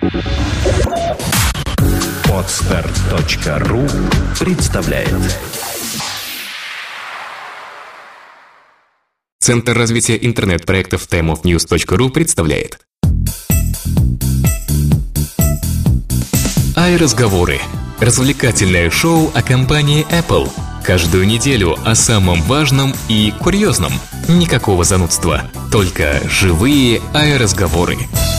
Podstart.ru представляет. Центр развития интернет-проектов timeofnews.ru представляет. iRazговоры. Развлекательное шоу о компании Apple. Каждую неделю о самом важном и курьезном. Никакого занудства. Только живые iRazговоры.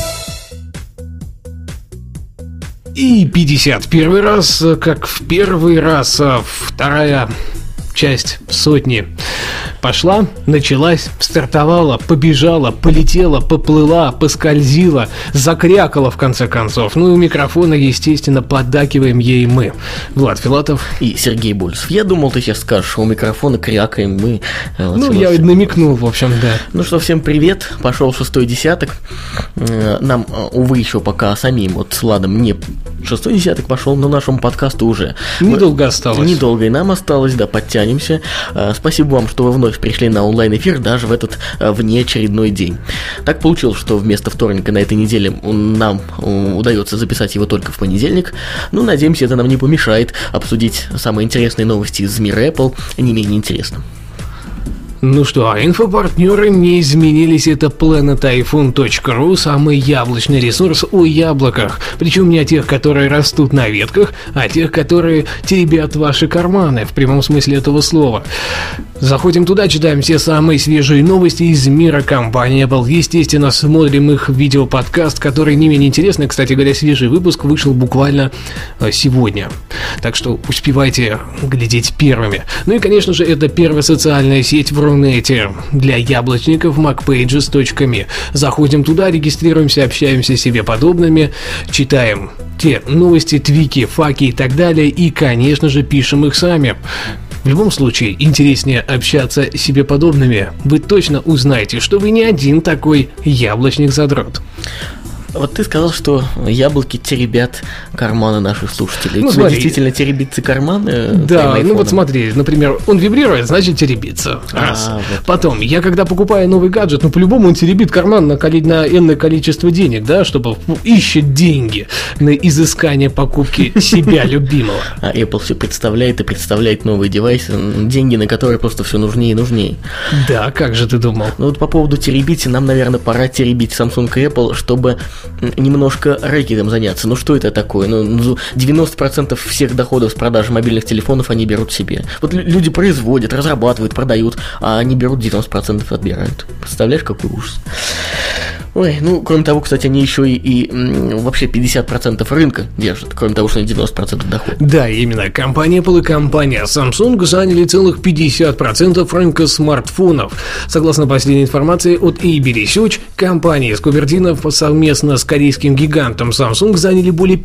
И 51 раз, как в первый раз, вторая часть сотни пошла, началась, стартовала, побежала, полетела, поплыла, поскользила, закрякала в конце концов. Ну и у микрофона, естественно, поддакиваем ей мы. Влад Филатов и Сергей Бульцев. Я думал, ты сейчас скажешь, у микрофона крякаем мы. Ну, я намекнул, в общем, да. Ну что, всем привет. Пошел шестой десяток. Нам, увы, еще пока самим, вот с Владом, не шестой десяток пошел, но нашему подкасту уже. Недолго осталось. Недолго и нам осталось, да, подтянемся. Спасибо вам, что вы вновь пришли на онлайн-эфир даже в этот внеочередной день. Так получилось, что вместо вторника на этой неделе нам удается записать его только в понедельник. Ну, надеемся, это нам не помешает обсудить самые интересные новости из мира Apple, не менее интересно. Ну что, инфопартнеры не изменились, это planetiphone.ru, самый яблочный ресурс о яблоках. Причем не о тех, которые растут на ветках, а о тех, которые теребят ваши карманы, в прямом смысле этого слова. Заходим туда, читаем все самые свежие новости из мира компании Apple. Естественно, смотрим их видеоподкаст, который не менее интересный. Кстати говоря, свежий выпуск вышел буквально сегодня. Так что успевайте глядеть первыми. Ну и, конечно же, это первая социальная сеть в Рунете для яблочников macpages.me. Заходим туда, регистрируемся, общаемся с себе подобными, читаем те новости, твики, факи и так далее. И, конечно же, пишем их сами. В любом случае, интереснее общаться с себе подобными. Вы точно узнаете, что вы не один такой яблочник-задрот. Вот ты сказал, что яблоки теребят карманы наших слушателей. Ну, у тебя действительно теребится карманы? Да, ну вот смотри, например, он вибрирует, значит теребится. Раз. Вот. Потом, я когда покупаю новый гаджет, ну по-любому он теребит карман на энное количество денег, да, чтобы ищет деньги на изыскание покупки себя любимого. А Apple все представляет и представляет новые девайсы, деньги на которые просто все нужнее и нужнее. Да, как же ты думал? Ну вот по поводу теребить, нам, наверное, пора теребить Samsung и Apple, чтобы немножко рэкетом заняться. Ну что это такое? Ну 90% всех доходов с продажи мобильных телефонов они берут себе. Вот люди производят, разрабатывают, продают, а они берут 90% отбирают. Представляешь, какой ужас? Ой, ну, кроме того, кстати, они еще и вообще 50% рынка держат, кроме того, что они 90% дохода. Да, именно. Компания Apple и компания Samsung заняли целых 50% рынка смартфонов. Согласно последней информации от AB Research, компания из Купертино совместно с корейским гигантом Samsung заняли более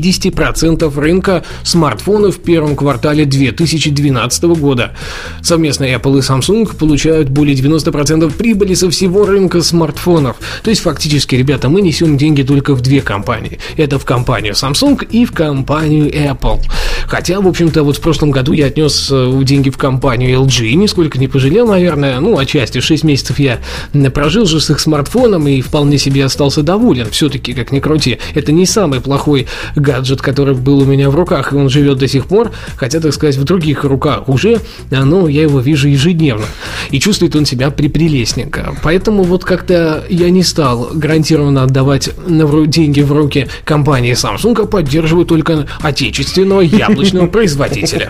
50% рынка смартфонов в первом квартале 2012 года. Совместно Apple и Samsung получают более 90% прибыли со всего рынка смартфонов. То есть фактически, ребята, мы несем деньги только в две компании. Это в компанию Samsung и в компанию Apple. Хотя, в общем-то, вот в прошлом году я отнес деньги в компанию LG и нисколько не пожалел, наверное. Ну, отчасти 6 месяцев я прожил же с их смартфоном и вполне себе остался доволен. Все-таки, как ни крути, это не самый плохой гаджет, который был у меня в руках, и он живет до сих пор, хотя, так сказать, в других руках уже, но я его вижу ежедневно. И чувствует он себя припрелестненько. Поэтому вот как-то я не стал гарантированно отдавать деньги в руки компании Samsung, а поддерживаю только отечественного яблочного производителя.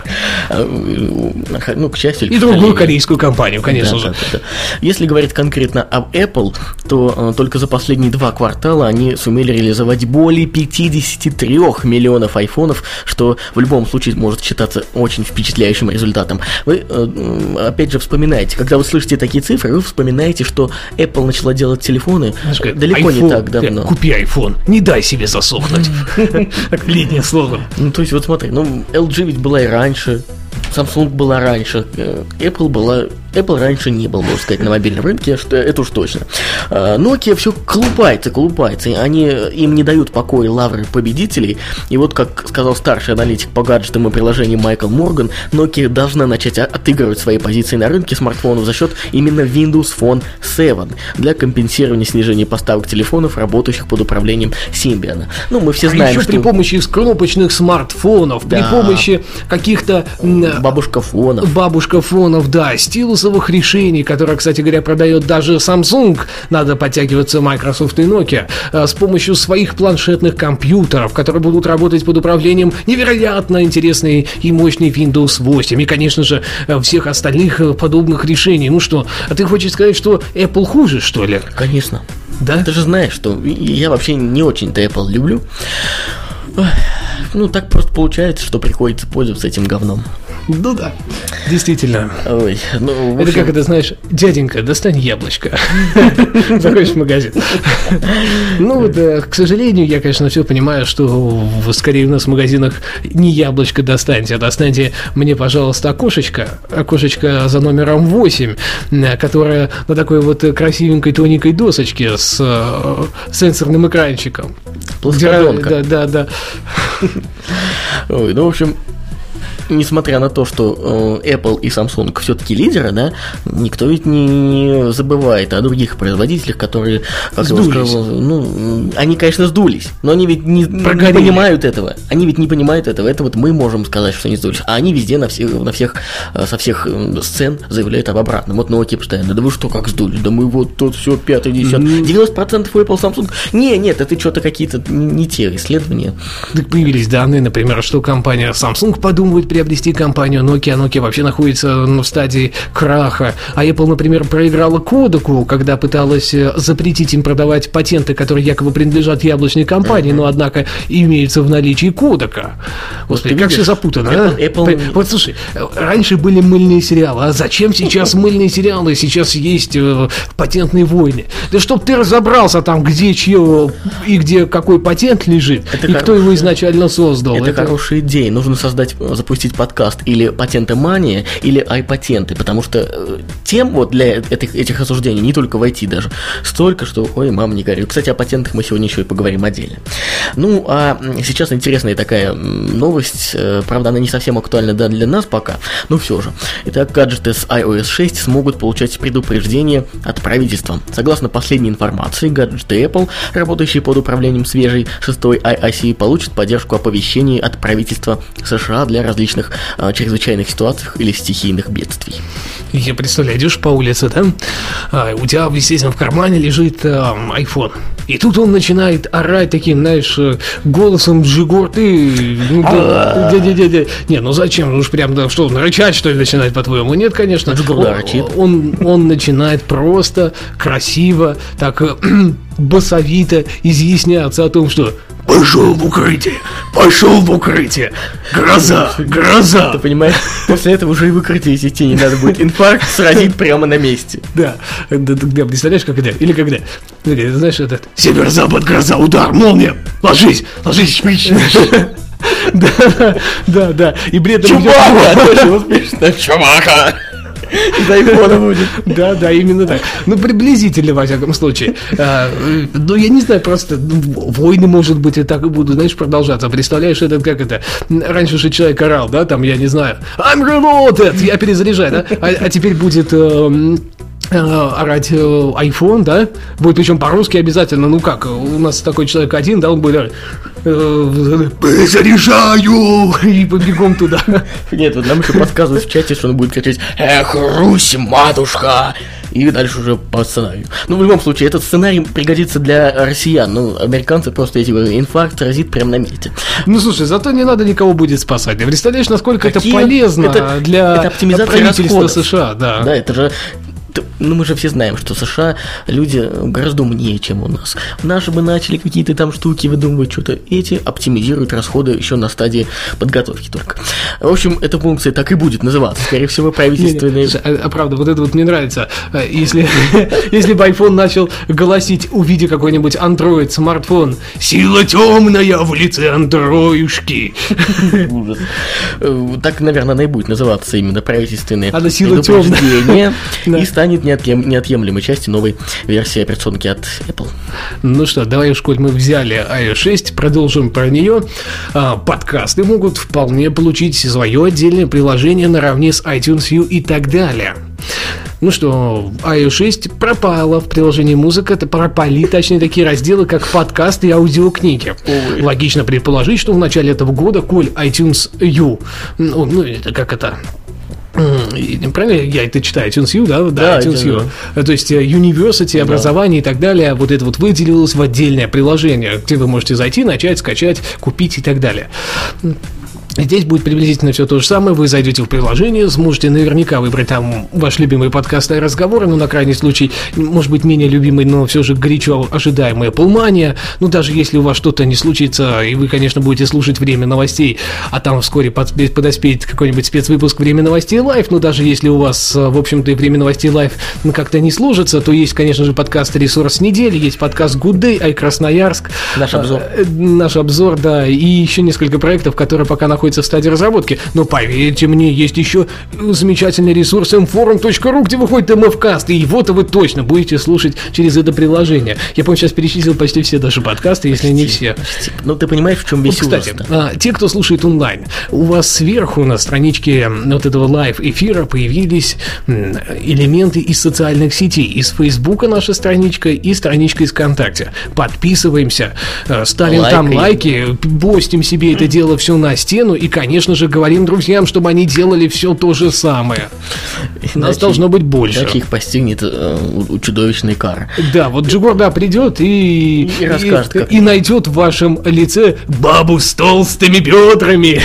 Ну, к счастью. И другую корейскую компанию, конечно же. Да. Если говорить конкретно об Apple, то только за последние 2 квартала они сумели реализовать более 53 миллионов айфонов, что в любом случае может считаться очень впечатляющим результатом. Вы, опять же, вспоминаете, когда вы слышите такие цифры, вы вспоминаете, что Apple начала делать телефоны далеко не так давно. Купи iPhone, не дай себе засохнуть. Как летнее слово. Ну, то есть, вот смотри, LG ведь была и раньше, Samsung была раньше, Apple была Apple раньше не был, можно сказать, на мобильном рынке, это уж точно. Nokia все колупается. Им не дают покоя лавры победителей. И вот, как сказал старший аналитик по гаджетам и приложениям Майкл Морган, Nokia должна начать отыгрывать свои позиции на рынке смартфонов за счет именно Windows Phone 7 для компенсирования снижения поставок телефонов, работающих под управлением Symbian. Ну, мы все знаем, еще что... при помощи кнопочных смартфонов, при помощи каких-то... Бабушка-фонов, да, стилусовых решений, которые, кстати говоря, продает даже Samsung, надо подтягиваться Microsoft и Nokia, с помощью своих планшетных компьютеров, которые будут работать под управлением невероятно интересной и мощной Windows 8, и, конечно же, всех остальных подобных решений. Ну что, а ты хочешь сказать, что Apple хуже, что ли? Конечно. Да? Ты же знаешь, что я вообще не очень-то Apple люблю. Ну, так просто получается, что приходится пользоваться этим говном. Ну да, действительно. Ой, ну, в общем... Это как это, знаешь, дяденька, достань яблочко. Заходишь в магазин. Ну вот, к сожалению, я, конечно, все понимаю, что скорее у нас в магазинах не яблочко достаньте, а достаньте мне, пожалуйста, окошечко за номером 8, которое на такой вот красивенькой тоненькой досочке с сенсорным экранчиком. Плоскодонка. Да. Ой, ну, в общем... Несмотря на то, что Apple и Samsung все-таки лидеры, да, никто ведь не забывает о других производителях, которые, как я сказал, ну, они, конечно, сдулись, но они ведь не понимают этого. Это вот мы можем сказать, что они сдулись, а они везде со всех сцен заявляют об обратном. Вот Nokia постоянно: да вы что, как сдулись? Да мы вот тут все 5-10. 90% Apple, Samsung. Нет, это что-то какие-то не те исследования. Так появились данные, например, что компания Samsung подумывает приобрести компанию Nokia. Nokia вообще находится в стадии краха. А Apple, например, проиграла Kodaku, когда пыталась запретить им продавать патенты, которые якобы принадлежат яблочной компании, но, однако, имеются в наличии Kodaku. Господи, как все запутано, Apple... Вот, слушай, раньше были мыльные сериалы, а зачем сейчас мыльные сериалы? Сейчас есть патентные войны. Да чтоб ты разобрался там, где чье и где какой патент лежит, и кто его изначально создал. Это хорошая идея. Нужно запустить подкаст или «Патентомания», или «Ай-патенты», потому что тем вот для этих осуждений, не только в IT даже, столько, что, ой, мама, не горюй. Кстати, о патентах мы сегодня еще и поговорим отдельно. Ну, а сейчас интересная такая новость, правда, она не совсем актуальна для нас пока, но все же. Итак, гаджеты с iOS 6 смогут получать предупреждения от правительства. Согласно последней информации, гаджеты Apple, работающие под управлением свежей 6-й iOS, получат поддержку оповещений от правительства США для различных чрезвычайных ситуациях или стихийных бедствий. Я представляю, идешь по улице, да? У тебя, естественно, в кармане лежит iPhone. И тут он начинает орать таким, знаешь, голосом джигурты. Не, ну зачем? Ну уж прям, да, что, рычать, что ли, начинает, по-твоему? Нет, конечно. Он начинает просто красиво, так басовито изъясняться о том, что пошел в укрытие, гроза. Ты понимаешь, после этого уже и в укрытие идти не надо будет, инфаркт сразит прямо на месте. Да, представляешь, как это? Или когда? Знаешь, этот северо-запад, гроза, удар, молния, ложись, шмич. Да, и при этом... Чубака! Из айфона будет. Да, именно так. Ну, приблизительно, во всяком случае. Ну, я не знаю, просто войны, может быть, и так и будут, знаешь, продолжаться. Представляешь, это как это? Раньше же человек орал, да, там, я не знаю, I'm reloaded, я перезаряжаю, да? А теперь будет... орать iPhone, да? Будет причем по-русски обязательно. Ну как, у нас такой человек один, да, он будет перезаряжаю и побегом туда. Нет, вот нам еще подсказывают в чате, что он будет кричать: эх, Русь, матушка! И дальше уже по сценарию. Ну, в любом случае, этот сценарий пригодится для россиян. Ну, американцы просто эти инфаркт разит прямо на месте. Ну, слушай, зато не надо никого будет спасать. Ты представляешь, насколько это полезно для правительства США, да. Да, это же... Ну, мы же все знаем, что США люди гораздо умнее, чем у нас. Наши бы начали какие-то там штуки выдумывать, что-то. Эти оптимизируют расходы еще на стадии подготовки только. В общем, эта функция так и будет называться. Скорее всего, правительственные... Правда, вот это вот мне нравится. Если бы iPhone начал голосить, увидя какой-нибудь Android смартфон: «Сила темная в лице андроюшки». Ужас. Так, наверное, она и будет называться именно правительственные предупреждения. И станет неотъемлемой частью новой версии операционки от Apple. Ну что, давай уж, коль мы взяли iOS 6, продолжим про нее. Подкасты могут вполне получить свое отдельное приложение наравне с iTunes U и так далее. Ну что, iOS 6 пропала в приложении музыка, это пропали, точнее, такие разделы, как подкасты и аудиокниги. Ой. Логично предположить, что в начале этого года, коль iTunes U, ну это как это... Правильно я это читаю? iTunes U, да? Да, iTunes U. То есть University, образование и так далее, вот это вот выделилось в отдельное приложение, где вы можете зайти, начать, скачать, купить и так далее. Здесь будет приблизительно все то же самое. Вы зайдете в приложение, сможете наверняка выбрать там ваш любимый подкаст и разговоры, ну, на крайний случай, может быть, менее любимый, но все же горячо ожидаемый Apple Mania. Ну, даже если у вас что-то не случится, и вы, конечно, будете слушать «Время новостей», а там вскоре подоспеет какой-нибудь спецвыпуск «Время новостей Live», но даже если у вас, в общем-то, и «Время новостей Live» как-то не сложится, то есть, конечно же, подкаст «Ресурс недели», есть подкаст «Good Day», «Ай Красноярск». Наш обзор, да, и еще несколько проектов, которые пока находятся в стадии разработки. Но поверьте мне, есть еще замечательный ресурс mforum.ru, где выходит MFcast, и его-то вы точно будете слушать через это приложение. Я, помню, сейчас перечислил почти все даже подкасты, если не все. Ну, ты понимаешь, в чем весь ужас. Кстати, те, кто слушает онлайн, у вас сверху на страничке вот этого лайв-эфира появились элементы из социальных сетей. Из Фейсбука наша страничка и страничка из ВКонтакте. Подписываемся, ставим там лайки, постим себе это дело все на стену и, конечно же, говорим друзьям, чтобы они делали все то же самое. Нас должно быть больше. Иначе их постигнет чудовищный кар. Да, вот Джигурда придет и расскажет, и найдет в вашем лице бабу с толстыми бедрами.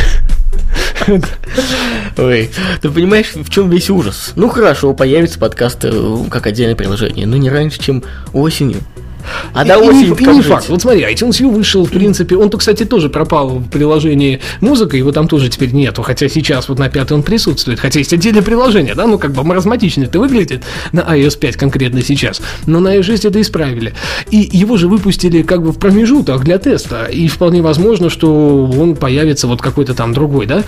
Ой, ты понимаешь, в чем весь ужас? Ну хорошо, появится подкаст как отдельное приложение, но не раньше, чем осенью. А до осени и не факт. Вот смотри, iTunes U вышел, в принципе, он-то, кстати, тоже пропал в приложении музыка, его там тоже теперь нету, хотя сейчас вот на 5 он присутствует, хотя есть отдельное приложение, да, ну как бы маразматично это выглядит на iOS 5 конкретно сейчас, но на iOS 6 это исправили. И его же выпустили как бы в промежуток для теста, и вполне возможно, что он появится вот какой-то там другой, да,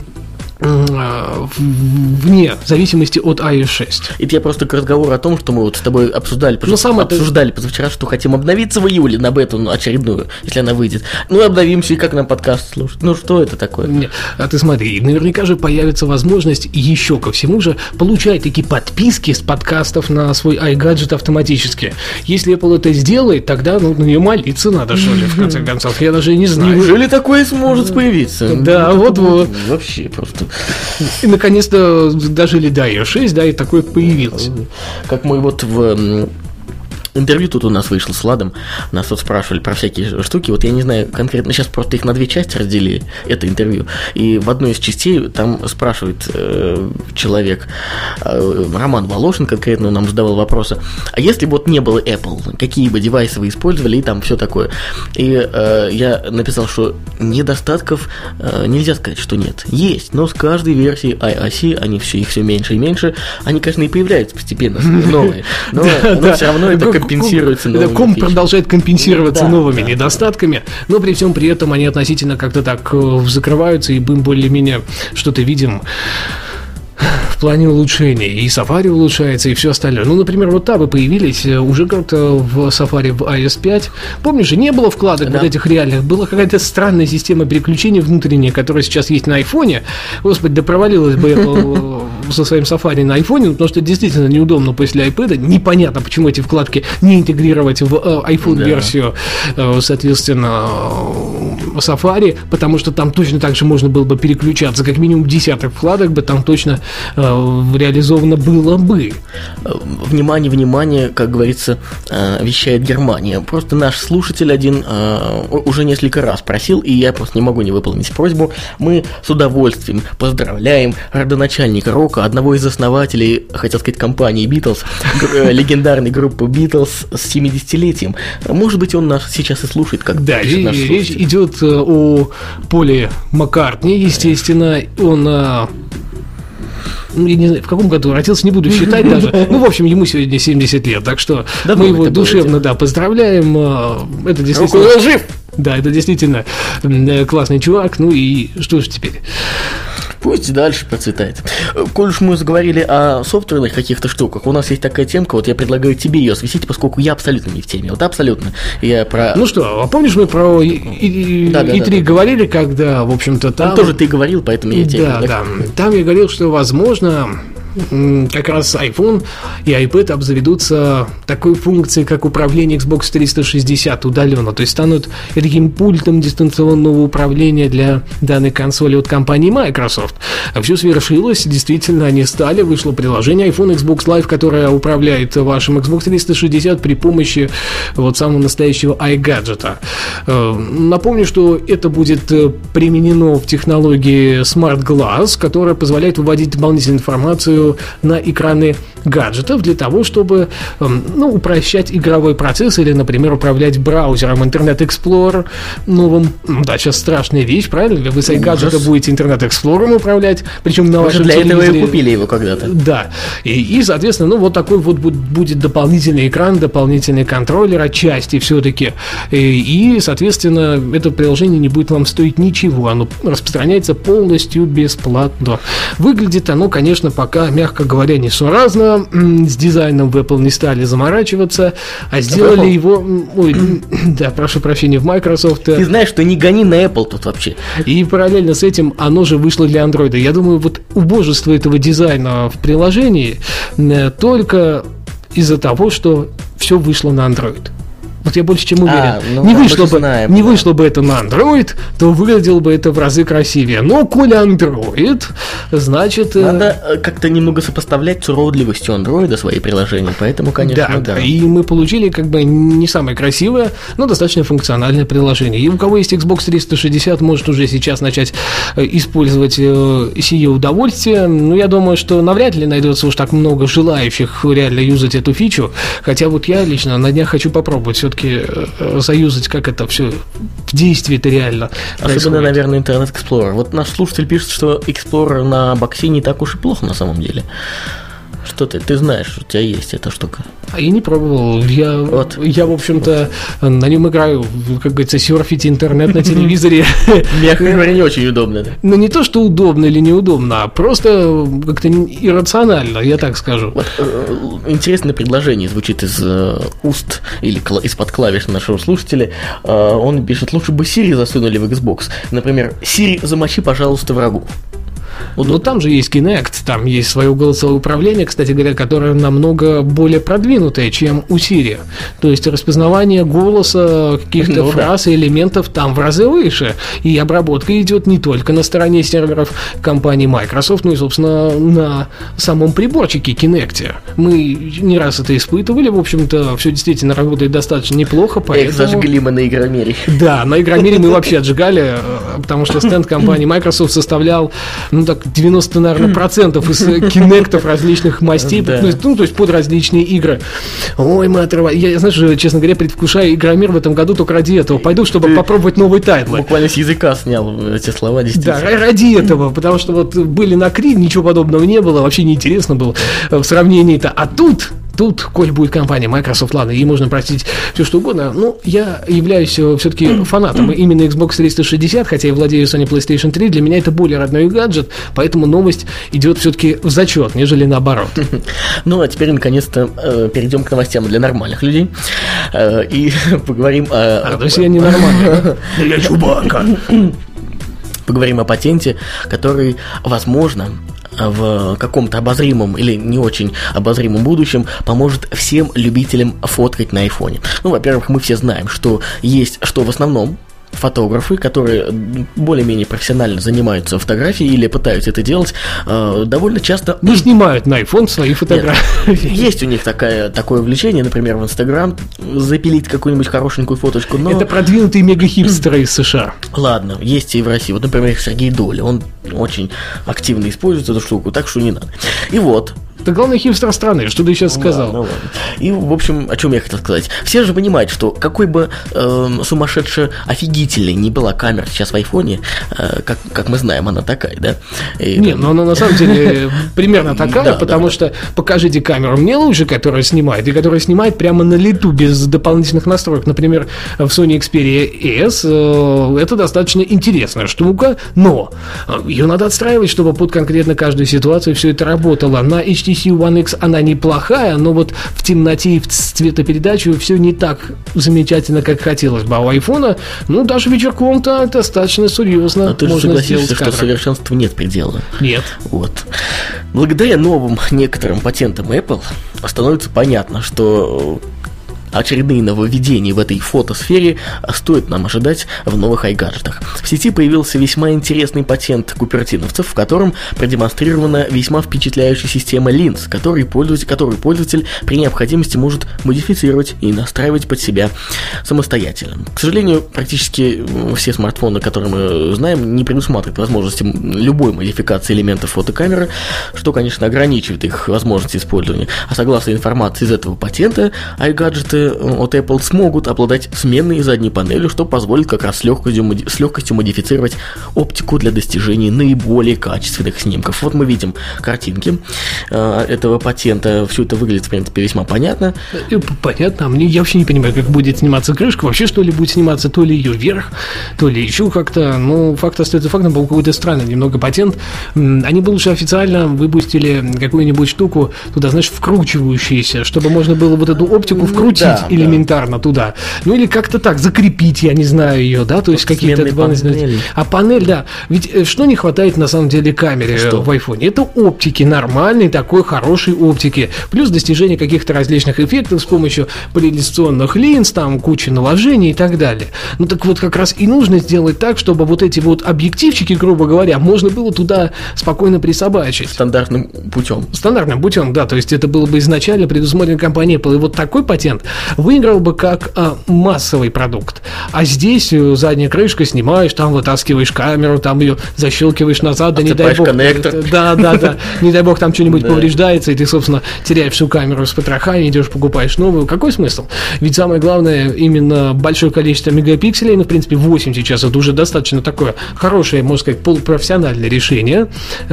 вне зависимости от iOS 6. Это я просто к разговору о том, что мы вот с тобой обсуждали позавчера, что хотим обновиться в июле на бету, ну, очередную, если она выйдет. Ну, обновимся, и как нам подкаст слушать? Ну, что это такое? Нет, а ты смотри, наверняка же появится возможность еще ко всему же получать такие подписки с подкастов на свой iGadget автоматически. Если Apple это сделает, тогда на нее молиться надо, что ли, в конце концов. Я даже не знаю. Неужели такое сможет появиться? Да, вот-вот. Вообще просто... И наконец-то дожили до iOS 6, да, и такое появилось. Как мы вот в интервью тут у нас вышло с Владом, нас тут спрашивали про всякие штуки, вот я не знаю конкретно, сейчас просто их на две части разделили, это интервью, и в одной из частей там спрашивает человек, Роман Волошин конкретно нам задавал вопросы, а если бы вот не было Apple, какие бы девайсы вы использовали и там все такое, и я написал, что недостатков нельзя сказать, что нет, есть, но с каждой версией iOS, они их все меньше и меньше, они, конечно, и появляются постепенно новые, но все равно это компенсируется новыми фичами. Комп продолжает компенсироваться новыми недостатками, но при всем при этом они относительно как-то так закрываются, и мы более-менее что-то видим в плане улучшений. И Safari улучшается, и все остальное. Ну, например, вот табы появились уже как-то в Safari в iOS 5. Помнишь же, не было вкладок вот этих реальных. Была какая-то странная система переключения внутренняя, которая сейчас есть на айфоне. Господи, да провалилась бы Apple со своим Safari на айфоне, потому что действительно неудобно после iPad. Непонятно, почему эти вкладки не интегрировать в iPhone-версию, соответственно, Safari, потому что там точно так же можно было бы переключаться, как минимум десяток вкладок бы там точно реализовано было бы. Внимание, внимание, как говорится, вещает Германия. Просто наш слушатель один уже несколько раз просил, и я просто не могу не выполнить просьбу. Мы с удовольствием поздравляем родоначальника рока, одного из основателей, хотел сказать, компании Beatles, легендарной группы Beatles с 70-летием. Может быть, он нас сейчас и слушает, как да, речь идет о Поле Маккартни, естественно, он... я не знаю, в каком году родился, не буду считать даже. В общем, ему сегодня 70 лет, так что мы его душевно, поздравляем. Это действительно... Он жив! Да, это действительно классный чувак. Ну и что ж теперь? Пусть дальше процветает. Коль уж мы заговорили о софтверных каких-то штуках, у нас есть такая темка, вот я предлагаю тебе ее осветить, поскольку я абсолютно не в теме. Вот абсолютно. Я про... Ну что, а помнишь, мы про E3 говорили, когда, в общем-то, там... Тоже ты говорил, поэтому я тебе... Да. Там я говорил, что, возможно, как раз iPhone и iPad обзаведутся такой функцией, как управление Xbox 360 удаленно, то есть станут таким пультом дистанционного управления для данной консоли от компании Microsoft. А все свершилось, действительно, они стали, вышло приложение iPhone Xbox Live, которое управляет вашим Xbox 360 при помощи вот самого настоящего iGadget. Напомню, что это будет применено в технологии Smart Glass, которая позволяет выводить дополнительную информацию на экраны гаджетов для того, чтобы упрощать игровой процесс или, например, управлять браузером Internet Explorer новым. Да, сейчас страшная вещь, правильно? Вы с iGadget будете Internet Explorer управлять, причем на вашем телевизоре. Для этого и купили его когда-то. Да. И соответственно, вот такой вот будет дополнительный экран, дополнительный контроллер отчасти все-таки. И, соответственно, это приложение не будет вам стоить ничего. Оно распространяется полностью бесплатно. Выглядит оно, конечно, пока, мягко говоря, несуразно. С дизайном в Apple не стали заморачиваться, а сделали его... Ой, да, прошу прощения, в Microsoft. Ты знаешь, что не гони на Apple тут вообще. И параллельно с этим оно же вышло для Android. Я думаю, вот убожество этого дизайна в приложении только из-за того, что все вышло на Android. Вот я больше чем уверен. Не вышло бы это на Android, то выглядело бы это в разы красивее. Но коли Android, значит... Надо как-то немного сопоставлять с уродливостью Android свои приложения, поэтому, конечно, да. И мы получили как бы не самое красивое, но достаточно функциональное приложение. И у кого есть Xbox 360, может уже сейчас начать использовать сие удовольствие. Но я думаю, что навряд ли найдется уж так много желающих реально юзать эту фичу. Хотя вот я лично на днях хочу попробовать все-таки заюзать, как это все в действии-то реально происходит. Особенно, наверное, Internet Explorer. Вот наш слушатель пишет, что Explorer на боксе не так уж и плохо на самом деле. Что ты знаешь, у тебя есть эта штука. А я не пробовал. Я, в общем-то, на нем играю, как говорится, серфить интернет на телевизоре. Мягко говоря, не очень удобно. Ну, не то, что удобно или неудобно, а просто как-то иррационально, я так скажу. Интересное предложение звучит из уст или из-под клавиш нашего слушателя. Он пишет, лучше бы Siri засунули в Xbox. Например, Siri, замочи, пожалуйста, врагу. Ну, там же есть Kinect, там есть свое голосовое управление, кстати говоря, которое намного более продвинутое, чем у Siri. То есть распознавание голоса, каких-то фраз и элементов там в разы выше. И обработка идет не только на стороне серверов компании Microsoft, но и, собственно, на самом приборчике Kinect. Мы не раз это испытывали, в общем-то, все действительно работает достаточно неплохо, поэтому... Зажгли мы на Игромире. Да, на Игромире мы вообще отжигали, потому что стенд компании Microsoft составлял, так, 90, наверное, процентов из кинектов различных мастей, то есть под различные игры. Ой, мы отрываем. Я, знаешь, честно говоря, предвкушаю Игромир в этом году только ради этого. Пойду, чтобы попробовать новые тайтлы. Буквально с языка снял эти слова, действительно. Да, ради этого, потому что вот были на Крид, ничего подобного не было, вообще неинтересно было в сравнении-то. А тут, коль будет компания Microsoft, ладно, ей можно простить все что угодно, но я являюсь все-таки фанатом именно Xbox 360, хотя я владею Sony PlayStation 3, для меня это более родной гаджет, поэтому новость идет все-таки в зачет, нежели наоборот. Ну, а теперь, наконец-то, перейдем к новостям для нормальных людей и поговорим о... то есть я не нормальный. Я Чубака. Поговорим о патенте, который, возможно, в каком-то обозримом или не очень обозримом будущем поможет всем любителям фоткать на айфоне. Ну, во-первых, мы все знаем, что есть, что в основном фотографы, которые более-менее профессионально занимаются фотографией или пытаются это делать, довольно часто... Не снимают на iPhone свои фотографии. Нет, есть у них такое увлечение, например, в Инстаграм запилить какую-нибудь хорошенькую фоточку, но... Это продвинутые мегахипстеры из США. Ладно, есть и в России. Вот, например, Сергей Доля, он очень активно использует эту штуку, так что не надо. И вот... Это главный хипстер страны, что ты сейчас сказал. Ладно. И, в общем, о чем я хотел сказать. Все же понимают, что какой бы сумасшедше офигительной ни была камера сейчас в айфоне, как мы знаем, она такая, да? Нет, но она на самом деле примерно такая, потому что покажите камеру мне лучше, которая снимает, и которая снимает прямо на лету, без дополнительных настроек. Например, в Sony Xperia S это достаточно интересная штука, но ее надо отстраивать, чтобы под конкретно каждую ситуацию все это работало. На HTC One X она неплохая, но вот в темноте и в цветопередачу все не так замечательно, как хотелось бы. А у айфона, даже вечерком-то достаточно серьезно. Но ты же согласишься, что совершенству нет предела. Нет. Вот. Благодаря новым некоторым патентам Apple становится понятно, что очередные нововведения в этой фотосфере стоит нам ожидать в новых iGadget'ах. В сети появился весьма интересный патент купертиновцев, в котором продемонстрирована весьма впечатляющая система линз, которую пользователь при необходимости может модифицировать и настраивать под себя самостоятельно. К сожалению, практически все смартфоны, которые мы знаем, не предусматривают возможности любой модификации элементов фотокамеры, что, конечно, ограничивает их возможности использования. А согласно информации из этого патента, iGadget'ы от Apple смогут обладать сменной задней панелью, что позволит как раз с легкостью модифицировать оптику для достижения наиболее качественных снимков. Вот мы видим картинки этого патента, все это выглядит, в принципе, весьма понятно. Понятно, я вообще не понимаю, как будет сниматься крышка, вообще что ли будет сниматься, то ли ее вверх, то ли еще как-то, факт остается фактом, был какой-то странный немного патент. Они бы лучше официально выпустили какую-нибудь штуку туда, знаешь, вкручивающуюся, чтобы можно было вот эту оптику вкрутить элементарно туда. Или как-то так, закрепить, я не знаю ее, да, то есть какие-то дополнительные... А панель, да. Ведь что не хватает на самом деле камере в айфоне? Это оптики, нормальной такой хорошей оптики. Плюс достижение каких-то различных эффектов с помощью поляризационных линз, там куча наложений и так далее. Так вот как раз и нужно сделать так, чтобы вот эти вот объективчики, грубо говоря, можно было туда спокойно присобачить. Стандартным путем, да, то есть это было бы изначально предусмотрено компанией Apple. И вот такой патент выиграл бы как массовый продукт. А здесь задняя крышка снимаешь, там вытаскиваешь камеру, там ее защелкиваешь назад, да не дай бог. Коннектор. Да, не дай бог там что-нибудь повреждается, и ты, собственно, теряешь всю камеру с потрохами, идешь покупаешь новую. Какой смысл? Ведь самое главное именно большое количество мегапикселей, в принципе 8 сейчас, это уже достаточно такое хорошее, можно сказать, полупрофессиональное решение.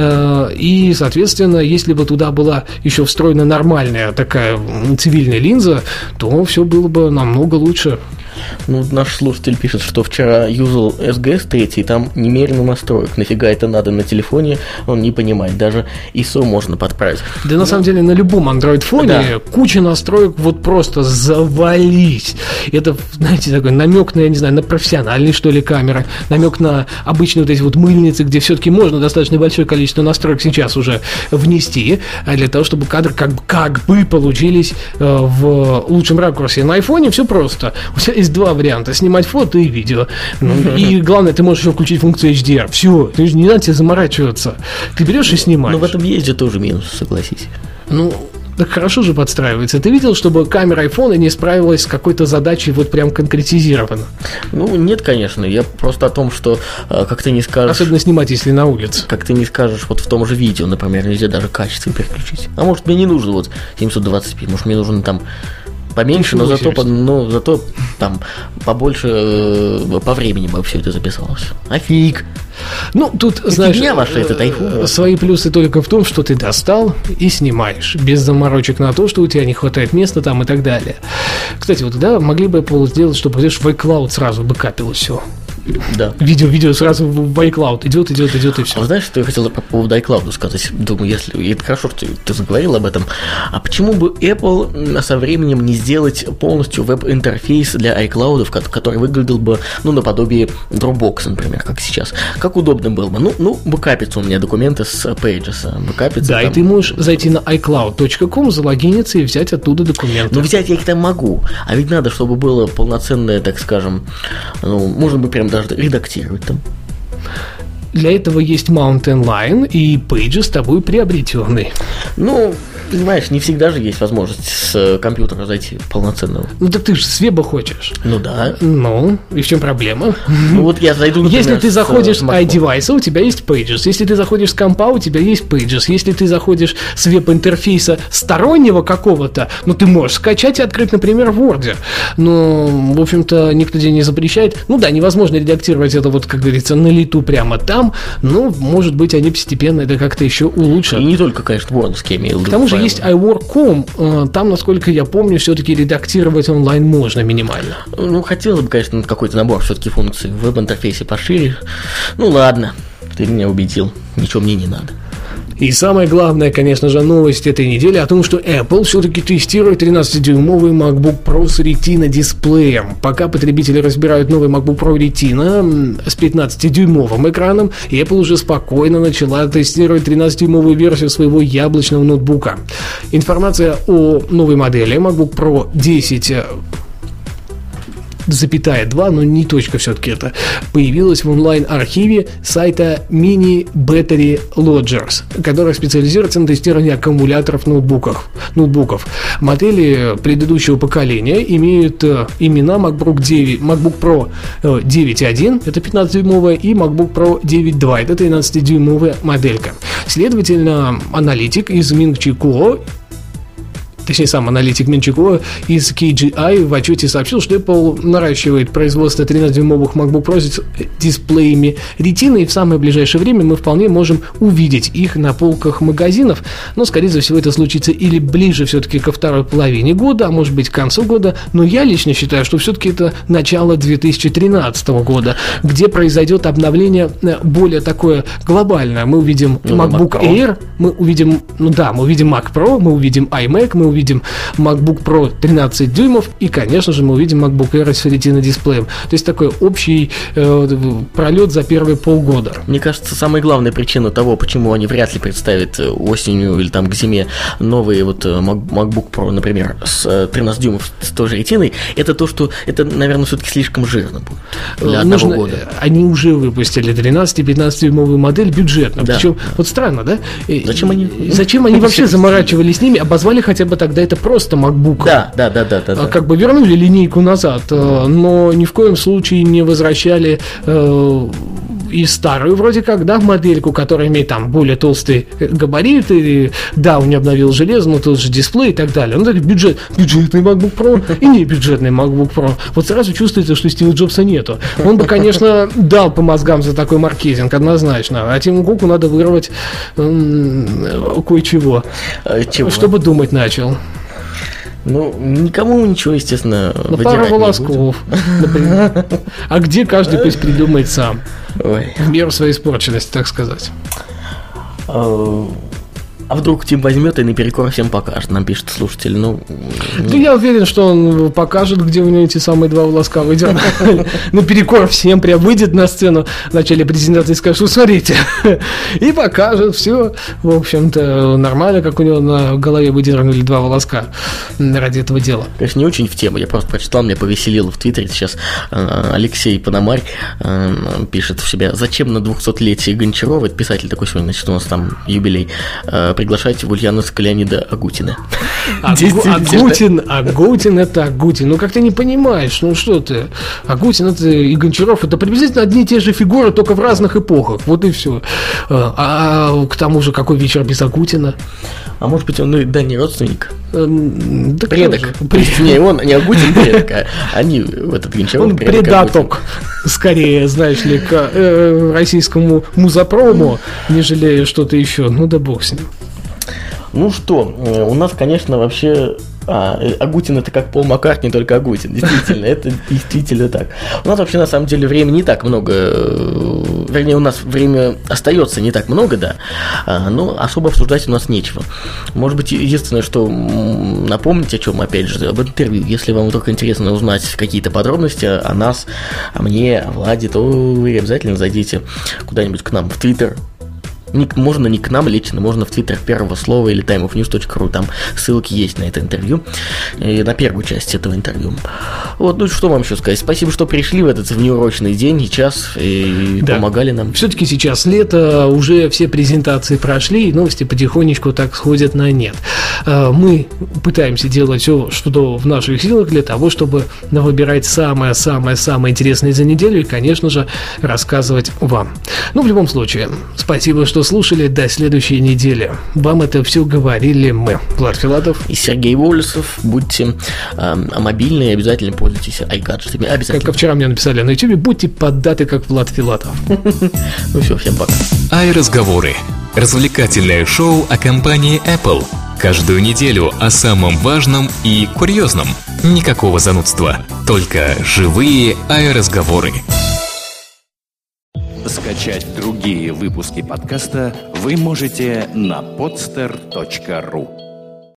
И, соответственно, если бы туда была еще встроена нормальная такая цивильная линза, то все было бы намного лучше. Наш слушатель пишет, что вчера юзал SGS 3, и там немерено настроек. Нафига это надо на телефоне, он не понимает. Даже ISO можно подправить. Да, на самом деле, на любом Android-фоне куча настроек вот просто завались. Это, знаете, такой намек на, я не знаю, на профессиональные, что ли, камеры, намек на обычные вот эти вот мыльницы, где все-таки можно достаточно большое количество настроек сейчас уже внести, для того, чтобы кадры как бы получились в лучшем ракурсе. На айфоне все просто. У тебя есть два варианта: снимать фото и видео. И главное, ты можешь еще включить функцию HDR. Все, ты же не надо тебе заморачиваться. Ты берешь и снимаешь. Но в этом есть же тоже минус, согласись. Так хорошо же подстраивается. Ты видел, чтобы камера айфона не справилась с какой-то задачей вот прям конкретизированно? Нет, конечно. Я просто о том, что как ты не скажешь... Особенно снимать, если на улице. Как ты не скажешь, вот в том же видео, например, нельзя даже качество переключить. А может, мне не нужно вот 720p, может, мне нужно там поменьше, но зато там побольше по времени бы все это записалось. А фиг. Тут, знаешь, ваша этот iPhone. Свои плюсы только в том, что ты достал и снимаешь, без заморочек на то, что у тебя не хватает места там и так далее. Кстати, могли бы Apple сделать, чтобы, в iCloud сразу бы капило все. Да. Видео сразу в iCloud идет и все. Знаешь, что я хотел по поводу iCloud сказать? Думаю, если это хорошо, что ты заговорил об этом. А почему бы Apple со временем не сделать полностью веб-интерфейс для iCloud, который выглядел бы, наподобие Dropbox, например, как сейчас? Как удобно было бы? Бэкапятся у меня документы с Pages. Да, и ты можешь зайти на iCloud.com, залогиниться и взять оттуда документы. Взять я их там могу. А ведь надо, чтобы было полноценное, так скажем, можно бы прям даже редактировать там. Для этого есть Mountain Lion и Pages, тобой приобретенный. Ну, понимаешь, не всегда же есть возможность с компьютера зайти полноценного. Ну так ты же с веба хочешь. Ну да. Ну, и в чем проблема? Ну вот я зайду, например, если ты заходишь с iDevice, у тебя есть Pages. Если ты заходишь с компа, у тебя есть Pages. Если ты заходишь с веб-интерфейса стороннего какого-то, ну ты можешь скачать и открыть, например, в Word. Но, в общем-то, никто тебе не запрещает. Ну да, невозможно редактировать это, вот, как говорится, на лету прямо там. Но, может быть, они постепенно это как-то еще улучшат. И не только, конечно, wordовские имейл. К тому же есть iWork.com, там, насколько я помню, все-таки редактировать онлайн можно минимально. Ну, хотелось бы, конечно, какой-то набор все-таки функций в веб-интерфейсе пошире. Ну, ладно, ты меня убедил, ничего мне не надо. И самая главная, конечно же, новость этой недели о том, что Apple все-таки тестирует 13-дюймовый MacBook Pro с Retina дисплеем. Пока потребители разбирают новый MacBook Pro Retina с 15-дюймовым экраном, Apple уже спокойно начала тестировать 13-дюймовую версию своего яблочного ноутбука. Информация о новой модели MacBook Pro 10,2, но не точка все-таки это, появилась в онлайн-архиве сайта Mini Battery Lodgers, который специализируется на тестировании аккумуляторов ноутбуков. Модели предыдущего поколения имеют имена MacBook Pro 9.1, это 15-дюймовая, и MacBook Pro 9.2, это 13-дюймовая моделька. Следовательно, аналитик из Min-Chi Точнее, сам аналитик Min-Chi из KGI в отчете сообщил, что Apple наращивает производство 13-дюймовых MacBook Pro с дисплеями Retina, и в самое ближайшее время мы вполне можем увидеть их на полках магазинов, но, скорее всего, это случится или ближе все-таки ко второй половине года, а может быть, к концу года, но я лично считаю, что все-таки это начало 2013 года, где произойдет обновление более такое глобальное. Мы увидим MacBook Air, мы увидим Mac Pro, мы увидим iMac, мы увидим MacBook Pro 13 дюймов и, конечно же, мы увидим MacBook Air с Retina дисплеем. То есть такой общий пролет за первые полгода. Мне кажется, самая главная причина того, почему они вряд ли представят осенью или там к зиме новые вот MacBook Pro, например, с 13 дюймов с той же Retina, это то, что это, наверное, все-таки слишком жирно будет для одного года. Они уже выпустили 13 и 15-дюймовую модель бюджетно. Да. Причем, вот странно, да? Зачем они вообще заморачивались с ними, обозвали хотя бы тогда это просто MacBook. Да. Как бы вернули линейку назад, но ни в коем случае не возвращали и старую вроде как, да, модельку, которая имеет там более толстый габарит, и да, он не обновил железо, но тот же дисплей и так далее. Ну, так бюджетный MacBook Pro и не бюджетный MacBook Pro. Вот сразу чувствуется, что Стива Джобса нету. Он бы, конечно, дал по мозгам за такой маркетинг, однозначно. А Тиму Куку надо вырвать кое-чего, чтобы думать начал. Ну, никому ничего, естественно, пару волосков, например. А где каждый пусть придумает сам. Ой. В меру своей испорченности, так сказать. А вдруг Тим возьмет и наперекор всем покажет, нам пишет слушатель. Да я уверен, что он покажет, где у него эти самые два волоска выйдет. Наперекор всем прям выйдет на сцену в начале презентации и скажет, что смотрите. И покажет все. В общем-то, нормально, как у него на голове выдернули два волоска ради этого дела. Конечно, не очень в тему. Я просто прочитал, меня повеселило в Твиттере. Сейчас Алексей Пономарь пишет в себя: зачем на 200-летие Гончарова, это писатель такой сегодня, значит, у нас там юбилей, приглашайте в Ульяновск Леонида Агутина. Агутин это Агутин. Ну как ты не понимаешь, ну что ты? Агутин это и Гончаров, это приблизительно одни и те же фигуры, только в разных эпохах. Вот и все. А к тому же, какой вечер без Агутина? А может быть, он не родственник? Предок. Не, он не Агутин предок, а они в этот Гончаров. Он предаток, скорее, знаешь ли, к российскому музопрому, нежели что-то еще. Ну да бог с ним. Ну что, у нас, конечно, вообще... Агутин это как Пол Маккартни, только Агутин. Действительно, это действительно так. У нас вообще на самом деле времени не так много. Вернее, у нас время остается не так много, да. Но особо обсуждать у нас нечего. Может быть, единственное, что напомнить о чем, опять же, об интервью. Если вам только интересно узнать какие-то подробности о нас, о мне, о Владе, то вы обязательно зайдите куда-нибудь к нам в Твиттер. Можно не к нам лично, можно в твиттер Первого Слова или timeofnews.ru, там ссылки есть на это интервью, на первую часть этого интервью. Вот, ну что вам еще сказать? Спасибо, что пришли в этот внеурочный день и час, и помогали нам. Все-таки сейчас лето, уже все презентации прошли, и новости потихонечку так сходят на нет. Мы пытаемся делать все, что в наших силах для того, чтобы выбирать самое-самое-самое интересное за неделю и, конечно же, рассказывать вам. Ну, в любом случае, спасибо, что слушали. До следующей недели. Вам это все говорили мы, Влад Филатов и Сергей Волесов. Будьте мобильны и обязательно пользуйтесь iGadget'ами. Обязательно. Как вчера мне написали на YouTube, будьте поддаты, как Влад Филатов. Ну все, всем пока. iRazговоры. Развлекательное шоу о компании Apple. Каждую неделю о самом важном и курьезном. Никакого занудства. Только живые iRazговоры. Скачать другие выпуски подкаста вы можете на podster.ru.